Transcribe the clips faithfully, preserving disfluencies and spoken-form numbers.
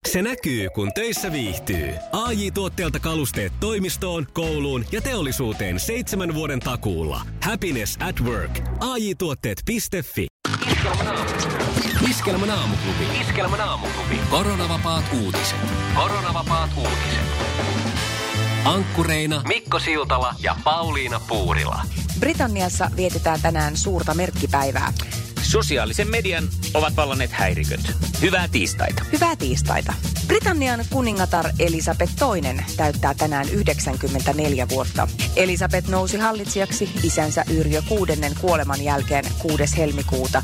Se näkyy, kun töissä viihtyy. A J-tuotteelta kalusteet toimistoon, kouluun ja teollisuuteen seitsemän vuoden takuulla. Happiness at work. A J tuotteet piste fi. Iskelmän aamuklubi. Iskelmän aamuklubi. Iskelmän aamuklubi. Koronavapaat uutiset. Koronavapaat uutiset. Ankkureina Mikko Siltala ja Pauliina Puurila. Britanniassa vietetään tänään suurta merkkipäivää. Sosiaalisen median ovat vallanneet häiriköt. Hyvää tiistaita. Hyvää tiistaita. Britannian kuningatar Elisabeth toinen täyttää tänään yhdeksänkymmentäneljä vuotta. Elisabeth nousi hallitsijaksi isänsä Yrjö kuudennen kuoleman jälkeen kuudes helmikuuta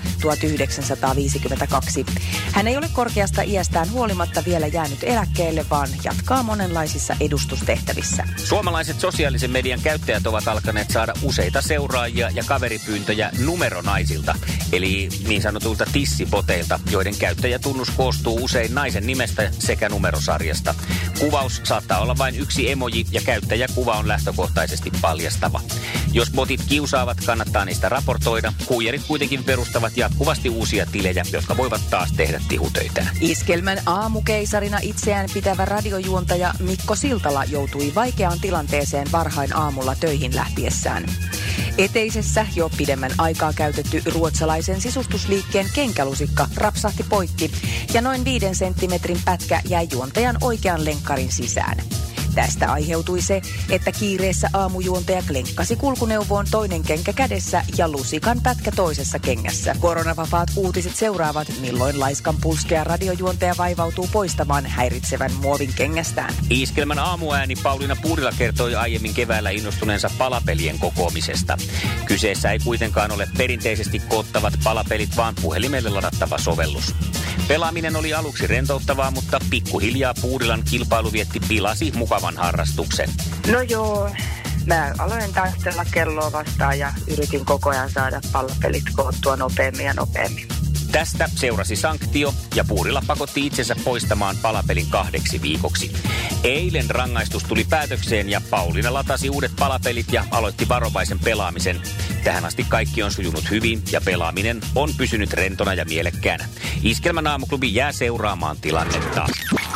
tuhatyhdeksänsataaviisikymmentäkaksi. Hän ei ole korkeasta iästään huolimatta vielä jäänyt eläkkeelle, vaan jatkaa monenlaisissa edustustehtävissä. Suomalaiset sosiaalisen median käyttäjät ovat alkaneet saada useita seuraajia ja kaveripyyntöjä numeronaisilta, eli niin sanotulta tissiboteilta, joiden käyttäjätunnus koostuu usein naisen nimestä sekä numerosarjasta. Kuvaus saattaa olla vain yksi emoji ja käyttäjäkuva on lähtökohtaisesti paljastava. Jos botit kiusaavat, kannattaa niistä raportoida. Huijarit kuitenkin perustavat jatkuvasti uusia tilejä, jotka voivat taas tehdä tihutöitään. Iskelmän aamukeisarina itseään pitävä radiojuontaja Mikko Siltala joutui vaikeaan tilanteeseen varhain aamulla töihin lähtiessään. Eteisessä jo pidemmän aikaa käytetty ruotsalaisen sisustusliikkeen kenkälusikka rapsahti poikki ja noin viiden senttimetrin pätkä jäi juontajan oikean lenkkarin sisään. Tästä aiheutui se, että kiireessä aamujuontaja klenkkasi kulkuneuvoon toinen kenkä kädessä ja lusikan pätkä toisessa kengässä. Koronavapaat uutiset seuraavat, milloin laiskan pulskea radiojuontaja vaivautuu poistamaan häiritsevän muovin kengästään. Iskelmän aamuääni Pauliina Puurila kertoi aiemmin keväällä innostuneensa palapelien kokoamisesta. Kyseessä ei kuitenkaan ole perinteisesti koottavat palapelit, vaan puhelimelle ladattava sovellus. Pelaaminen oli aluksi rentouttavaa, mutta pikkuhiljaa Puurilan kilpailuvietti pilasi mukavan harrastuksen. No joo, mä aloin taistella kelloa vastaan ja yritin koko ajan saada pallopelit koottua nopeammin ja nopeammin. Tästä seurasi sanktio ja Puurila pakotti itsensä poistamaan palapelin kahdeksi viikoksi. Eilen rangaistus tuli päätökseen ja Pauliina latasi uudet palapelit ja aloitti varovaisen pelaamisen. Tähän asti kaikki on sujunut hyvin ja pelaaminen on pysynyt rentona ja mielekkäänä. Iskelmän aamuklubi jää seuraamaan tilannetta.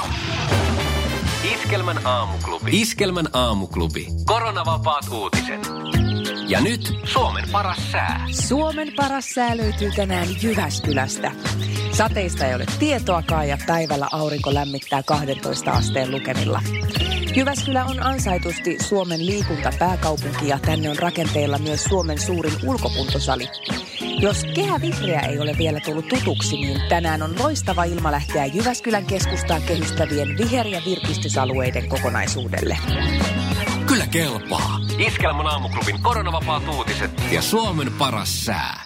Iskelmän aamuklubi. Iskelmän aamuklubi. Koronavapaat uutiset. Ja nyt Suomen paras sää. Suomen paras sää löytyy tänään Jyväskylästä. Sateista ei ole tietoakaan ja päivällä aurinko lämmittää kaksitoista asteen lukemilla. Jyväskylä on ansaitusti Suomen liikuntapääkaupunki ja tänne on rakenteilla myös Suomen suurin ulkokuntosali. Jos Kehä Vihreä ei ole vielä tullut tutuksi, niin tänään on loistava ilma lähteä Jyväskylän keskustaan kehystävien viher- ja virkistysalueiden kokonaisuudelle. Kyllä kelpaa. Iskelmän aamuklubin koronavapaat uutiset ja Suomen paras sää.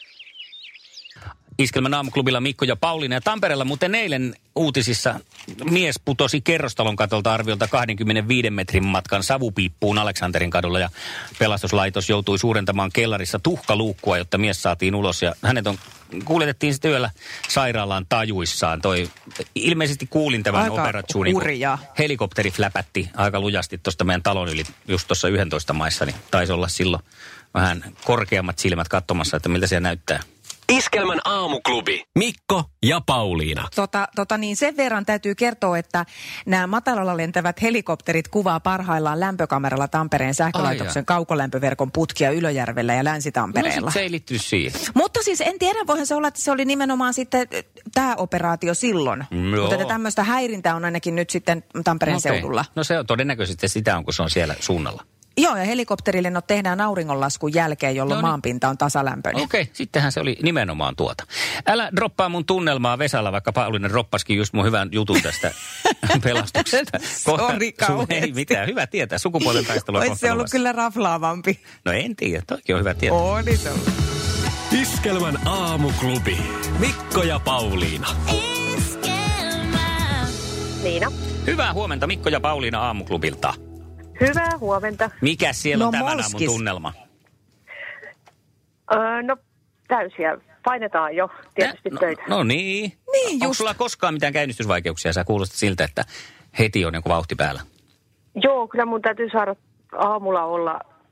Iskelmän aamuklubilla Mikko ja Pauliina ja Tampereella muuten eilen uutisissa mies putosi kerrostalon katolta arviolta kaksikymmentäviisi metrin matkan savupiippuun Aleksanterin kadulla ja pelastuslaitos joutui suurentamaan kellarissa tuhkaluukkua, jotta mies saatiin ulos ja hänet on kuljetettiin sitten yöllä sairaalaan tajuissaan. Toi, ilmeisesti kuulin tämän aika operaatioon, kun helikopteri fläpätti aika lujasti tuosta meidän talon yli just tuossa yksitoista maissa, niin taisi olla silloin vähän korkeammat silmät katsomassa, että miltä se näyttää. Iskelmän aamuklubi. Mikko ja Pauliina. Tota, tota niin, sen verran täytyy kertoa, että nämä matalalla lentävät helikopterit kuvaa parhaillaan lämpökameralla Tampereen sähkölaitoksen kaukolämpöverkon putkia Ylöjärvellä ja Länsi-Tampereella. No sit se ei liittyy siihen. Mutta siis en tiedä, voihan se olla, että se oli nimenomaan sitten tämä operaatio silloin. Joo. Mutta tämmöistä häirintää on ainakin nyt sitten Tampereen okay. seudulla. No se on todennäköisesti sitä on, kun se on siellä suunnalla. Joo, ja helikopterilennot tehdään auringonlaskun jälkeen, jolloin no niin. maanpinta on tasalämpöinen. Okei, okay, sittenhän se oli nimenomaan tuota. Älä droppaa mun tunnelmaa Vesalla, vaikka Pauliina droppaskin just mun hyvän jutun tästä pelastuksesta. Sori kauheasti. Ei mitään, hyvä tietää. Sukupuolten taistelua kohta. Olisi se ollut kyllä raflaavampi. No en tiedä, toikin on hyvä tietää. On, niin se on. Iskelmän aamuklubi. Mikko ja Pauliina. Iskelmä. Niina. Hyvää huomenta Mikko ja Pauliina aamuklubilta. Hyvää huomenta. Mikä siellä no, on tämän molskis. aamun tunnelma? Öö, no täysiä. Painetaan jo tietysti no, töitä. No niin. Niin just. Onko sulla koskaan mitään käynnistysvaikeuksia? Sä kuulostat siltä, että heti on joku vauhti päällä. Joo, kyllä mun täytyy saada aamulla olla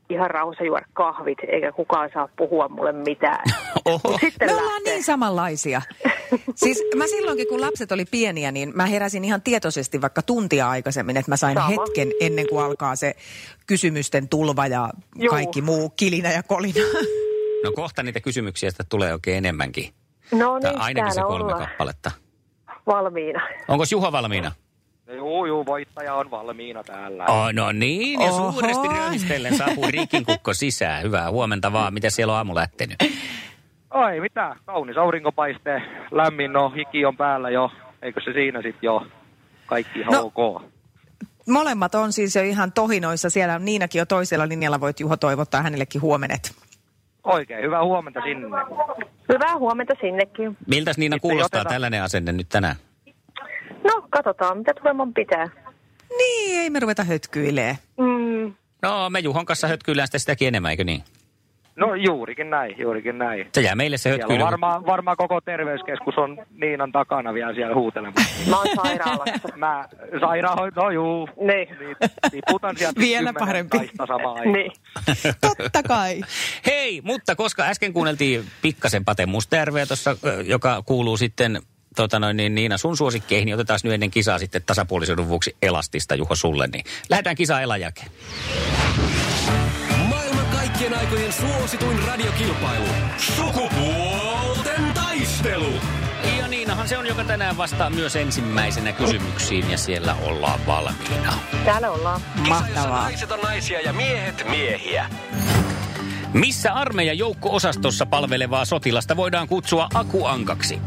ihan rauhassa juoda kahvit, eikä kukaan saa puhua mulle mitään. Oho. Sitten Me ollaan lähtee. niin samanlaisia. Siis mä silloinkin, kun lapset oli pieniä, niin mä heräsin ihan tietoisesti vaikka tuntia aikaisemmin, että mä sain Sama. hetken ennen kuin alkaa se kysymysten tulva ja Juu. kaikki muu kilinä ja kolina. No kohta niitä kysymyksiä sitä tulee oikein enemmänkin. No Tai niin, ainakin se täällä kolme ollaan kappaletta. valmiina. Onko Juha valmiina? Juu, juu, voittaja on valmiina täällä. Oh, no niin, ja Oho. suuresti ryöhistellen saapuu Riikinkukko sisään. Hyvää huomenta vaan. Miten siellä on aamu lähtenyt? Ai mitä, kaunis aurinkopaiste, lämmin, no hiki on päällä jo. Eikö se siinä sit jo kaikki ihan No. ok? Molemmat on siis jo ihan tohinoissa. Siellä on Niinakin jo toisella linjalla. Voit Juho toivottaa hänellekin huomenet. Oikein, hyvää huomenta sinne. Hyvää huomenta sinnekin. Miltäs Niina Sitten kuulostaa otetaan- tällainen asenne nyt tänään? No, katsotaan, mitä tuleman pitää. Niin, ei me ruveta hötkyilee. Mm, No, me Juhon kanssa hötkyillään sitä sitäkin enemmän, eikö niin? No juurikin näin, juurikin näin. Se jää meille se Siellä hötkyily. on varmaan varmaa koko terveyskeskus on Niinan takana vielä siellä huutelemassa. mä oon sairaalassa. Mä sairaanhoito, no juu. Niin. Tiputan sieltä Vielä kymmenen parempi. taista samaan aikaan. Niin. Totta kai. Hei, mutta koska äsken kuunneltiin pikkasen Pate Mustajärveä tuossa, ö, joka kuuluu sitten tota noin, niin Niina sun suosikkeihin, niin otetaan nyt ennen kisaa sitten tasapuolisuuden vuoksi elastista Juho sulle, niin lähdetään kisaan elan jälkeen. Maailman kaikkien aikojen suosituin radiokilpailu. Sukupuolten taistelu. Ja Niinahan se on, joka tänään vastaa myös ensimmäisenä kysymyksiin ja siellä ollaan valmiina. Täällä ollaan. Kisa, jossa Mahtavaa. naiset on naisia ja miehet miehiä. Missä armeijan joukko-osastossa palvelevaa sotilasta voidaan kutsua akuankaksi?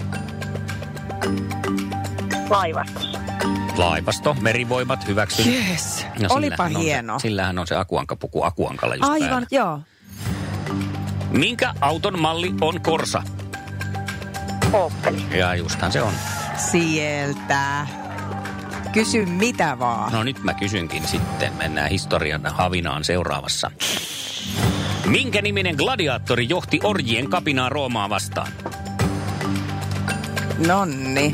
Laivastossa. Laivasto, merivoimat, hyväksyn. Yes. No, Olipa sillähän on hieno. Se, sillähän on se akuankapuku akuankalla just Aivan, päällä. joo. Minkä auton malli on Corsa? Opeli. Ja justhan se on. Sieltä. Kysy mitä vaan. No nyt mä kysynkin sitten. Mennään historian havinaan seuraavassa. Minkä niminen gladiaattori johti orjien kapinaa Roomaa vastaan? Nonni.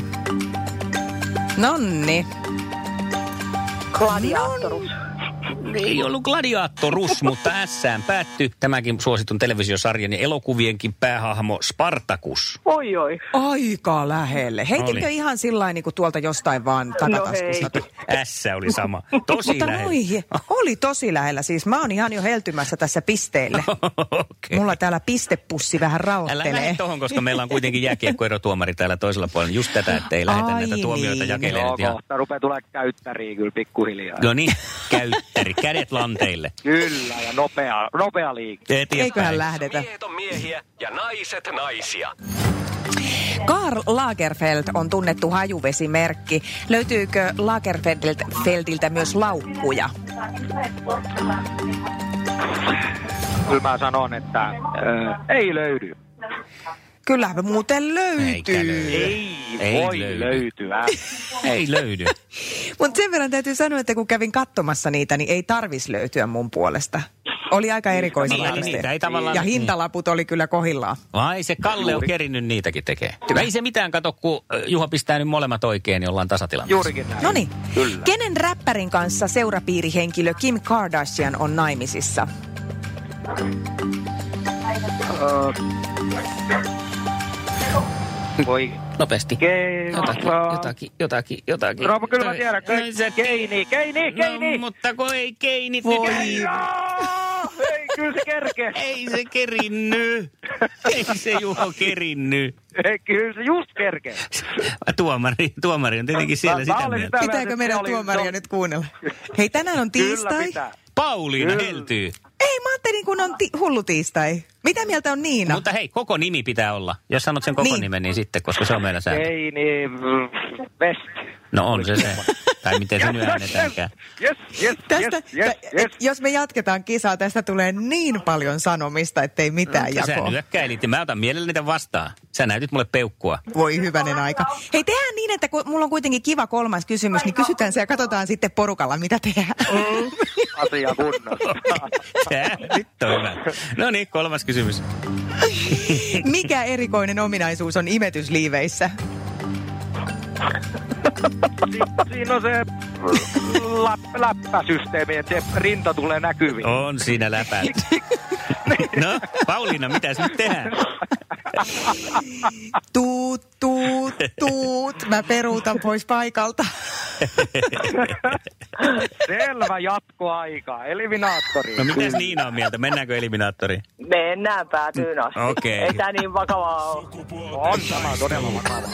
Nonni. Gladiaattorus. Ei ollut gladiaattorus, mutta ässään päättyi tämäkin suositun televisiosarjan ja elokuvienkin päähahmo Spartacus. Oi, oi. Aika lähelle. Heitinkö Oli. ihan sillain niin kuin tuolta jostain vaan takataskusta? No Ässä oli sama. Tosi Mutta lähellä. noi, oli tosi lähellä. Siis mä oon ihan jo heltymässä tässä pisteille. Okay. Mulla täällä pistepussi vähän Älä rauhoittelee. lähde tohon, koska meillä on kuitenkin jääkiekkoerotuomari täällä toisella puolella. Just tätä, ettei lähdetä Ai näitä tuomioita niin. jakelemaan. Joo, Ihan... kohta rupeaa tulee käyttäriä kyllä pikkuhiljaa. No niin, käyttäri, kädet lanteille. Kyllä, ja nopea, nopea liike. Eteenpäin. Eiköhän lähdetä. Miehet on miehiä ja naiset naisia. Karl Lagerfeld on tunnettu hajuvesimerkki. Löytyykö Lagerfeldiltä myös laukkuja? Kyllä mä sanon, että äh, ei löydy. Kyllähän muuten Eikä löydy. löytyy. Ei, Ei voi löydy. löytyä. Ei löydy. Mutta sen verran täytyy sanoa, että kun kävin katsomassa niitä, niin ei tarvis löytyä mun puolesta. Oli aika erikoisia Niin, valmisteita. niitä ei tavallaan- Ja hintalaput oli kyllä kohdillaan. Vai se Kalle on kerinnyt niitäkin tekee. Ei se mitään kato, kun Juha pistää nyt molemmat oikein, niin ollaan tasatilanteessa. Juurikin näin. No niin. Kyllä. Kenen räppärin kanssa seurapiirihenkilö Kim Kardashian on naimisissa? Voi Nopeasti. Ke- Jotakin, jotakin, jotakin, jotakin. No, kyllä mä tiedän. No, se- Keini, keini, keini. No, mutta kun ei keinit. Voi. Niin... Joo, ei, kyllä se kerkee. Ei se kerinny. Ei se Juho kerinny. Ei, kyllä se just kerkee. Tuomari, tuomari on tietenkin siellä Mä- sitä mä olin mieltä. sitä- Pitääkö se meidän oli- tuomaria no. nyt kuunnella? Hei, tänään on Kyllä tiistai. pitää. Pauliina Kyllä. heltyy. Ei, mä ajattelin, kun on ti- hullu tiistai. Mitä mieltä on Niina? Mutta hei, koko nimi pitää olla. Jos sanot sen koko Niin. nimen, niin sitten, koska se on meidän sääntö. Keini, mm, West. No on se se. Tai miten se nyt äänetäänkään. Yes, yes, Tästä, yes, yes, tä- yes. Jos me jatketaan kisaa, tästä tulee niin paljon sanomista, ettei mitään Sä jakoa. nyökkäilit ja mä otan mielelläni niitä vastaan. Sä näytit mulle peukkua. Voi hyvänen aika. Hei, tehdään niin, että kun mulla on kuitenkin kiva kolmas kysymys, niin kysytään se ja katsotaan sitten porukalla, mitä tehdään. Asia kunnossa. Tää nyt on hyvä. No niin, kolmas kysymys. Mikä erikoinen ominaisuus on imetysliiveissä? Si- siinä on se läp- läppäsysteemi, että se rinta tulee näkyviin. On siinä läpät. No, Pauliina, mitäs nyt tehdään? Tuut, tuut, tuut. Mä peruutan pois paikalta. Selvä jatkoaika. Eliminaattori. No mitäs Niina on mieltä? Mennäänkö eliminaattoriin? Mennään päätyyn asti. Okei. Ei tää niin vakavaa ole. On tämä todella vakavaa.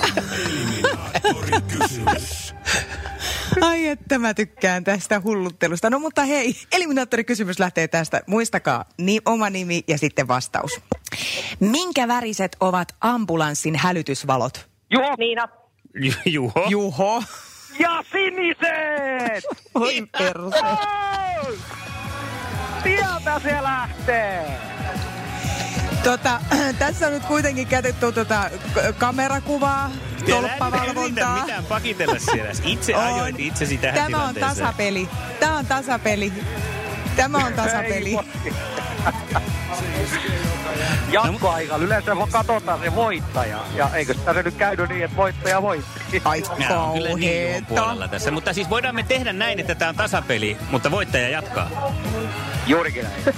Ai että mä tykkään tästä hulluttelusta. No mutta hei, eliminaattorikysymys lähtee tästä. Muistakaa ni- oma nimi ja sitten vastaus. Minkä väriset ovat ambulanssin hälytysvalot? Juho. Niina. Ju- Juho. Juho. Ja siniset! Oi perse. Oh! Sieltä se lähtee! Tota, tässä on nyt kuitenkin käytetty tota k- kamerakuvaa, tolppavalvontaa. Älä mitään pakitella siellä. Itse On. ajoit itsesi tähän Tämä on tilanteeseen. tasapeli. Tämä on tasapeli. Tämä on tasapeli. Jatkoaika. Yleensä katsotaan se voittaja. Ja eikö sitä se nyt käynyt niin, että voittaja voitti? Ai Nämä on kyllä niin Juhon kauheeta. puolella tässä. Mutta siis voidaan me tehdä näin, että tämä on tasapeli, mutta voittaja jatkaa. Juurikin näin.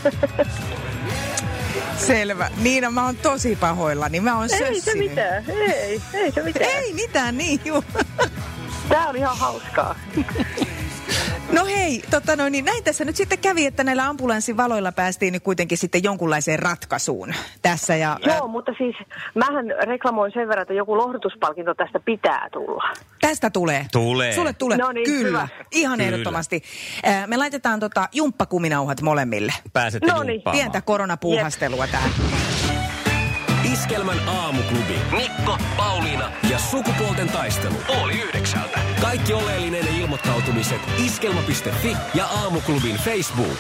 Selvä. Niina, mä oon tosi pahoillani. Mä oon Ei se sössinyt. mitään. Ei, ei se mitään. Ei mitään, niin juu. Tää on ihan hauskaa. No hei, tota noin, niin näin tässä nyt sitten kävi, että näillä ambulanssin valoilla päästiin nyt kuitenkin sitten jonkunlaiseen ratkaisuun tässä. Ja, Joo, mutta siis mähän reklamoin sen verran, että joku lohdutuspalkinto tästä pitää tulla. Tästä tulee. Tulee. Sulle tulee. No niin, Kyllä. hyvä. Ihan Kyllä. ehdottomasti. Äh, me laitetaan tota jumppakuminauhat molemmille. Pääsette No niin, jumppaamaan. Pientä koronapuuhastelua tähän. Iskelmän aamuklubi. Mikko, Pauliina ja sukupuolten taistelu. Oli yhdeksältä. Kaikki oleellinen ilmoittautumiset iskelma piste fi ja aamuklubin Facebook.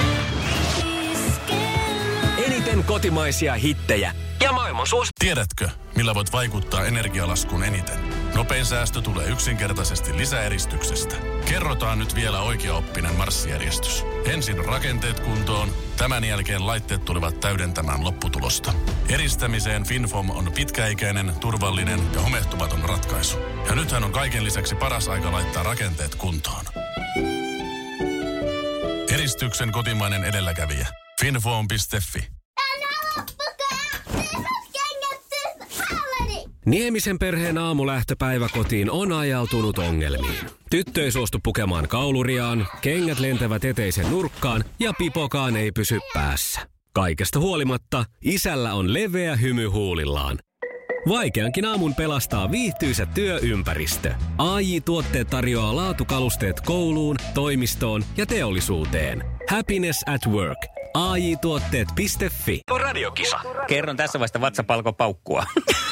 Eniten kotimaisia hittejä ja maailman suos... Tiedätkö, millä voit vaikuttaa energialaskuun eniten? Nopein säästö tulee yksinkertaisesti lisäeristyksestä. Kerrotaan nyt vielä oikeaoppinen marssijärjestys. Ensin rakenteet kuntoon, tämän jälkeen laitteet tulevat täydentämään lopputulosta. Eristämiseen FinFom on pitkäikäinen, turvallinen ja homehtumaton ratkaisu. Ja nythän on kaiken lisäksi paras aika laittaa rakenteet kuntoon. Eristyksen kotimainen edelläkävijä. finfoam piste fi. Niemisen perheen aamulähtöpäivä kotiin on ajautunut ongelmiin. Tyttö ei suostu pukemaan kauluriaan, kengät lentävät eteisen nurkkaan ja pipokaan ei pysy päässä. Kaikesta huolimatta, isällä on leveä hymy huulillaan. Vaikeankin aamun pelastaa viihtyisä työympäristö. A J-tuotteet tarjoaa laatukalusteet kouluun, toimistoon ja teollisuuteen. Happiness at work. A J tuotteet piste fi. Radiokisa. Kerron tässä vasta vatsapalko paukkua.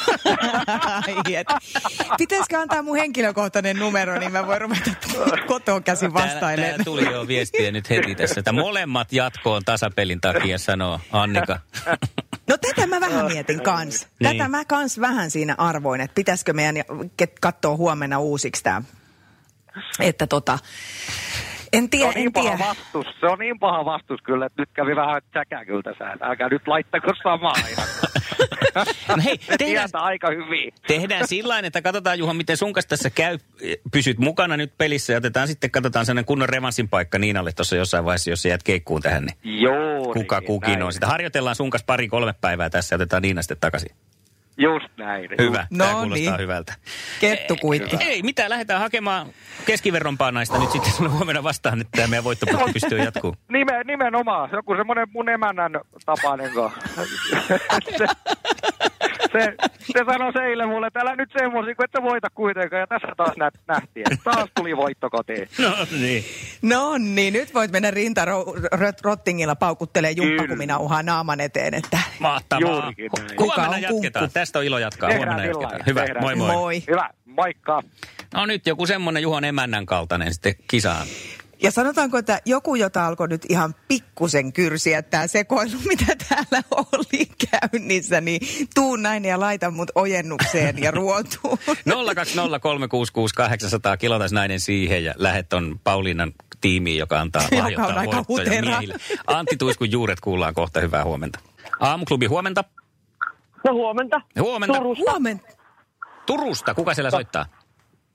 Ai, et. Pitäisikö antaa mun henkilökohtainen numero, niin mä voin ruveta kotoa käsin vastailemaan. Täällä tuli jo viestiä nyt heti tässä, että molemmat jatkoon tasapelin takia, sanoo Annika. No tätä mä vähän mietin kans. Tätä Niin. mä kans vähän siinä arvoin, että pitäisikö meidän katsoa huomenna uusiksi tää. Että tota, en Se tiedä, on niin en paha tiedä. vastus. Se on niin paha vastus kyllä, että nyt kävi vähän säkäkyltä sään. Älkää nyt laittako samaa aina. No hei, Se tehdään, tietää aika hyvin. tehdään sillain, että katsotaan Juha, miten sun kanssa tässä käy. Pysyt mukana nyt pelissä ja otetaan sitten, katsotaan sellainen kunnon revanssin paikka Niinalle tuossa jossain vaiheessa, jos sä jäät keikkuun tähän. Niin Joo. kuka kukin on. Sitä harjoitellaan sun kanssa pari-kolme päivää tässä ja otetaan Niina sitten takaisin. Just näin. Hyvä, No tämä kuulostaa niin. hyvältä. Kettukuitti. Ei mitään, lähdetään hakemaan keskiverrompaa naista nyt sitten sulle huomenna vastaan, että tämä meidän voittoputki pystyy jatkumaan. Nime, nimenomaan. Joku semmoinen mun emännän tapainen. se, se, se sanoi se eilen mulle, että älä nyt semmoisia, kun et sä voita kuitenkaan. Ja tässä taas nä, nähtiin. Taas tuli voitto kotiin. No niin. No niin, nyt voit mennä rintarottingilla paukuttelee jumppakuminauhaa naaman eteen, että Mahtavaa. Juurikin näin. Kuka Huomenna on jatketaan. kunkku? Tästä on ilo jatkaa. Tehdään Huomenna sillain. jatketaan. Hyvä, Tehdään moi moi. moi. Hyvä, moikka. No nyt joku semmonen Juhon emännän kaltainen sitten kisaan. Ja sanotaanko, että joku, jota alkoi nyt ihan pikkusen kyrsiä tämä sekoilu, mitä täällä oli käynnissä, niin tuu näin ja laita mut ojennukseen ja ruotuun. nolla kaksi nolla kolme kuusi kuusi kahdeksan nolla nolla kilotas nainen siihen ja lähet on Pauliinan tiimiin, joka antaa Joka on lahjoittaa aika voittoja hutera. miehille. Antti Tuiskun juuret kuullaan kohta. Hyvää huomenta. Aamuklubi, huomenta. No huomenta. Huomenta. Turusta. Huomenta. Turusta. Kuka siellä soittaa?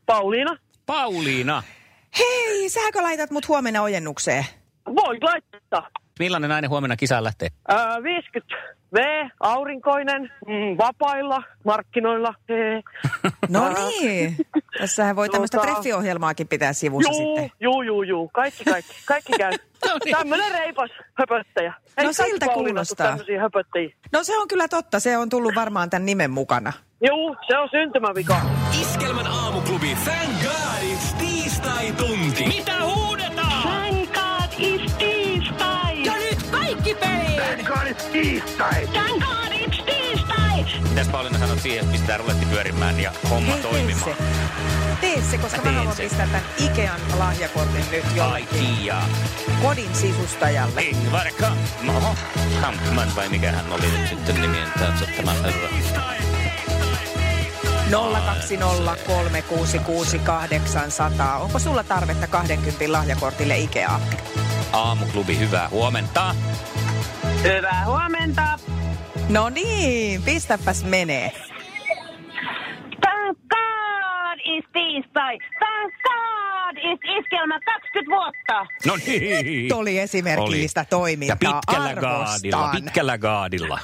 Pauliina. Pauliina. Hei, säkö laitat mut huomenna ojennukseen? Voit laittaa. Millainen nainen huomenna kisaan lähtee? Ää, viisikymmentä V, aurinkoinen, mm, vapailla, markkinoilla. Hei. No niin. Tässähän voi tämmöistä Tota- treffiohjelmaakin pitää sivussa Juu, sitten. juu, juu, juu. Kaikki, kaikki. Kaikki käy. No niin. Tämmönen reipas höpöttäjä. Ei No kaikki siltä Pauliinat ole kuulostaa. tämmöisiä höpöttäjiä. No se on kyllä totta, se on tullut varmaan tämän nimen mukana. Juu, se on syntymävika. Iskelmän aamuklubi Thank God it's tiistai-tunti. Mitä huudetaan? Thank God it's tiistai! Ja nyt kaikki peliin! Thank God it's tiistai! Mitäs Pauliina sanot siihen, että pistää ruletti pyörimään ja homma Hei, tee toimimaan? se. Tee se, koska Mä mä teen haluan sen. pistää tämän Ikean lahjakortin nyt Ai jollekin Kia. kodin sisustajalle. Ingvar Kamp. Oho, Kampman vai mikä hän oli nyt sitten nimien taansa tämä herra. nolla kaksi nolla kolme kuusi kuusi kahdeksan nolla nolla. Onko sulla tarvetta kaksikymmentä lahjakortille Ikeaa? Aamuklubi, hyvää huomenta. Hyvää huomenta. No niin, pistäpäs menee. Thank God it's tiistai! Thank God it's iskelmä kaksikymmentä vuotta! No niin. Nyt oli esimerkillistä Oli. toimintaa. Ja pitkällä gaadilla, Arvostan. pitkällä gaadilla.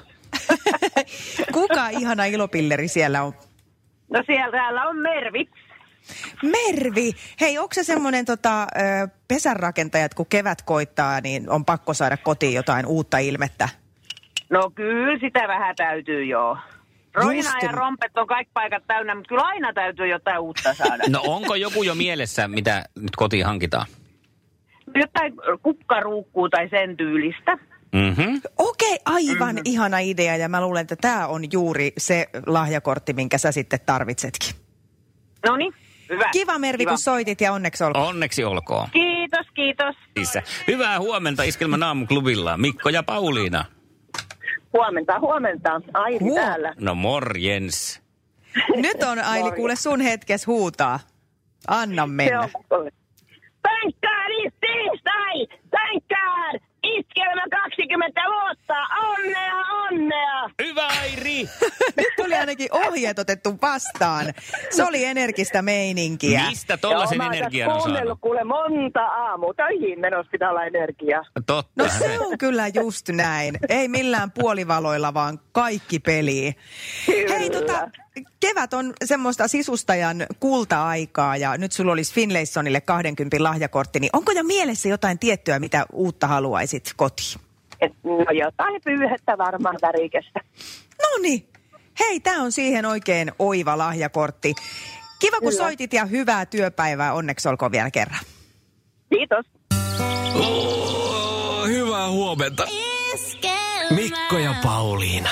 Kuka ihana ilopilleri siellä on? No siellä täällä on Mervi. Mervi! Hei, onko se semmoinen tota, ö, pesänrakentaja, että kun kevät koittaa, niin on pakko saada kotiin jotain uutta ilmettä? No kyllä sitä vähän täytyy joo. Roina Just. ja rompet on kaikki paikat täynnä, mutta kyllä aina täytyy jotain uutta saada. No onko joku jo mielessä, mitä nyt kotiin hankitaan? Jotain kukkaruukkuu tai sen tyylistä. Mhm. Okei, aivan mm-hmm. ihana idea ja mä luulen, että tämä on juuri se lahjakortti, minkä sä sitten tarvitsetkin. Noniin, hyvä. Kiva Mervi, Kiva. kun soitit ja onneksi olkoon. Onneksi olkoon. Kiitos, kiitos. Isä. Hyvää huomenta Iskelmän aamuklubilla. Mikko ja Pauliina. Huomenta, huomenta. Airi Huo- täällä. No morjens. Nyt on Aili kuule sun hetkes huutaa. Anna mennä. Thank God it's tiistai! Thank God! Iskelmä kaksikymmentä vuotta! Onnea, onnea! Hyvä Airi. Nyt tuli ainakin ohjeet otettu vastaan. Se oli energistä meininkiä. Mistä tollasen energian on saanut? kuule monta aamu. Töihin menossa pitää olla energiaa. Totta. No se on kyllä just näin. Ei millään puolivaloilla, vaan kaikki peliin. Hei, tota, kevät on semmoista sisustajan kulta-aikaa ja nyt sulla olisi Finlaysonille kaksikymmentä lahjakortti, niin onko jo mielessä jotain tiettyä, mitä uutta haluaisit kotiin? Et, no jotain pyyhettä varmaan värikästä. Noniin. Hei, tää on siihen oikein oiva lahjakortti. Kiva, kun Kyllä. soitit ja hyvää työpäivää. Onneksi olkoon vielä kerran. Kiitos. Oh, hyvää huomenta. Mikko ja Pauliina.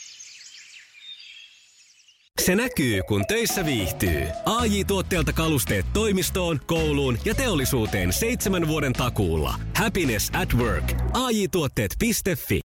Se näkyy, kun töissä viihtyy. A J-tuotteelta kalusteet toimistoon, kouluun ja teollisuuteen seitsemän vuoden takuulla. Happiness at work. A J tuotteet piste fi.